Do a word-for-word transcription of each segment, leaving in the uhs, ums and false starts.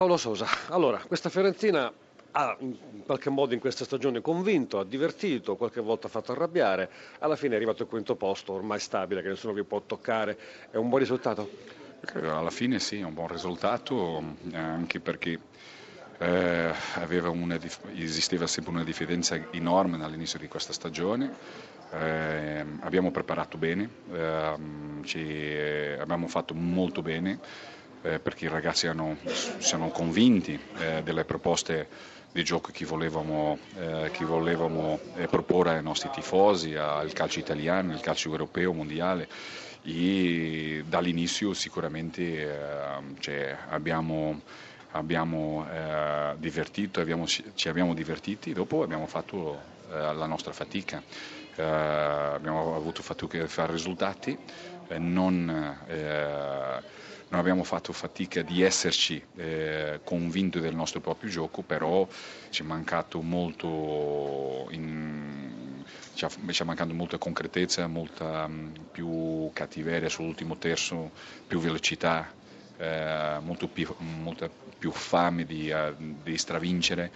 Paolo Sosa, allora, questa Fiorentina ha in qualche modo in questa stagione convinto, ha divertito, qualche volta ha fatto arrabbiare, alla fine è arrivato al quinto posto, ormai stabile, che nessuno vi può toccare, è un buon risultato? Credo alla fine sì, è un buon risultato, eh, anche perché eh, aveva una dif- esisteva sempre una diffidenza enorme all'inizio di questa stagione. Eh, abbiamo preparato bene, ehm, ci- abbiamo fatto molto bene, eh, perché i ragazzi hanno- sono convinti eh, delle proposte di gioco che volevamo, eh, che volevamo eh, proporre ai nostri tifosi, al calcio italiano, al calcio europeo, mondiale. E dall'inizio sicuramente eh, cioè, abbiamo, abbiamo eh, divertito, abbiamo, ci abbiamo divertiti, dopo abbiamo fatto eh, la nostra fatica, eh, abbiamo avuto fatica a fare risultati, eh, non, eh, non abbiamo fatto fatica di esserci eh, convinti del nostro proprio gioco, però ci è mancato molto in, ci, è mancato molta concretezza, molta mh, più cattiveria sull'ultimo terzo, più velocità, eh, molto più, molta più fame di, uh, di stravincere.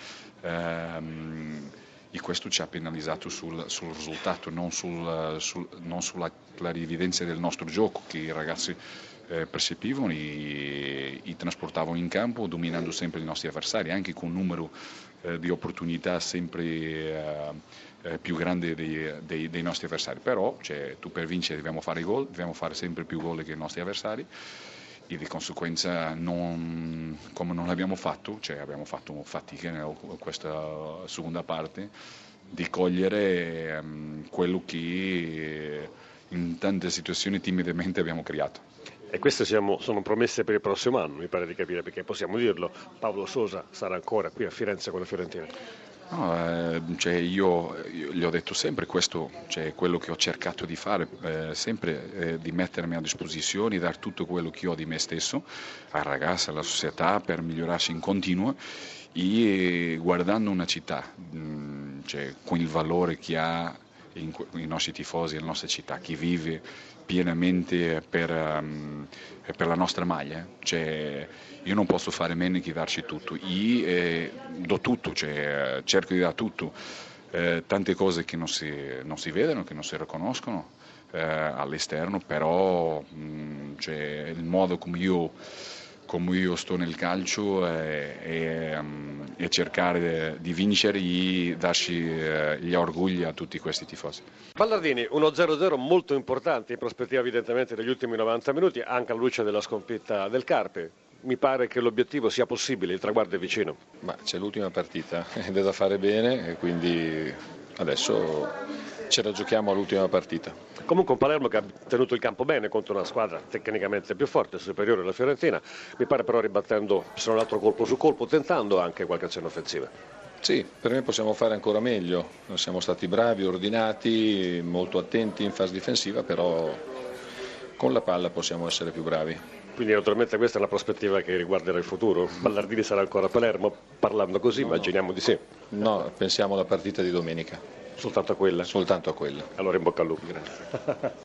ehm, e questo ci ha penalizzato sul, sul risultato, non, sul, sul, non sulla clarividenza del nostro gioco che i ragazzi eh, percepivano e, e trasportavano in campo dominando sempre i nostri avversari, anche con un numero eh, di opportunità sempre eh, eh, più grande dei, dei, dei nostri avversari. Però cioè, tu per vincere dobbiamo fare gol, dobbiamo fare sempre più gol che i nostri avversari e di conseguenza non, come non l'abbiamo fatto, cioè abbiamo fatto fatica in questa seconda parte di cogliere ehm, quello che in tante situazioni timidamente abbiamo creato. E queste siamo- sono promesse per il prossimo anno, mi pare di capire, perché possiamo dirlo, Paolo Sosa sarà ancora qui a Firenze con la Fiorentina. No, eh, cioè io, io gli ho detto sempre questo, cioè quello che ho cercato di fare, eh, sempre eh, di mettermi a disposizione, dar tutto quello che ho di me stesso al ragazzo, alla società per migliorarsi in continuo e guardando una città, mh, cioè, con il valore che ha in, i nostri tifosi, la nostra città, chi vive pienamente per, um, per la nostra maglia, cioè, io non posso fare meno che darci tutto, io eh, do tutto, cioè, cerco di dare tutto, eh, tante cose che non si, non si vedono, che non si riconoscono eh, all'esterno, però mh, cioè, il modo come io come io sto nel calcio è, è, è cercare di vincere e darci eh, gli orgogli a tutti questi tifosi. Ballardini, uno zero zero molto importante in prospettiva evidentemente degli ultimi novanta minuti, anche alla luce della sconfitta del Carpi. Mi pare che l'obiettivo sia possibile, il traguardo è vicino. Ma c'è l'ultima partita ed è da fare bene e quindi adesso ce la giochiamo all'ultima partita. Comunque un Palermo che ha tenuto il campo bene contro una squadra tecnicamente più forte, superiore alla Fiorentina, mi pare però ribattendo se non altro colpo su colpo, tentando anche qualche azione offensiva. Sì, per me possiamo fare ancora meglio, siamo stati bravi, ordinati, molto attenti in fase difensiva, però con la palla possiamo essere più bravi. Quindi naturalmente questa è una prospettiva che riguarderà il futuro. Ballardini sarà ancora a Palermo, parlando così No, immaginiamo di sì. no, pensiamo alla partita di domenica. Soltanto a quella? Soltanto a quella. Allora in bocca al lupo. Grazie.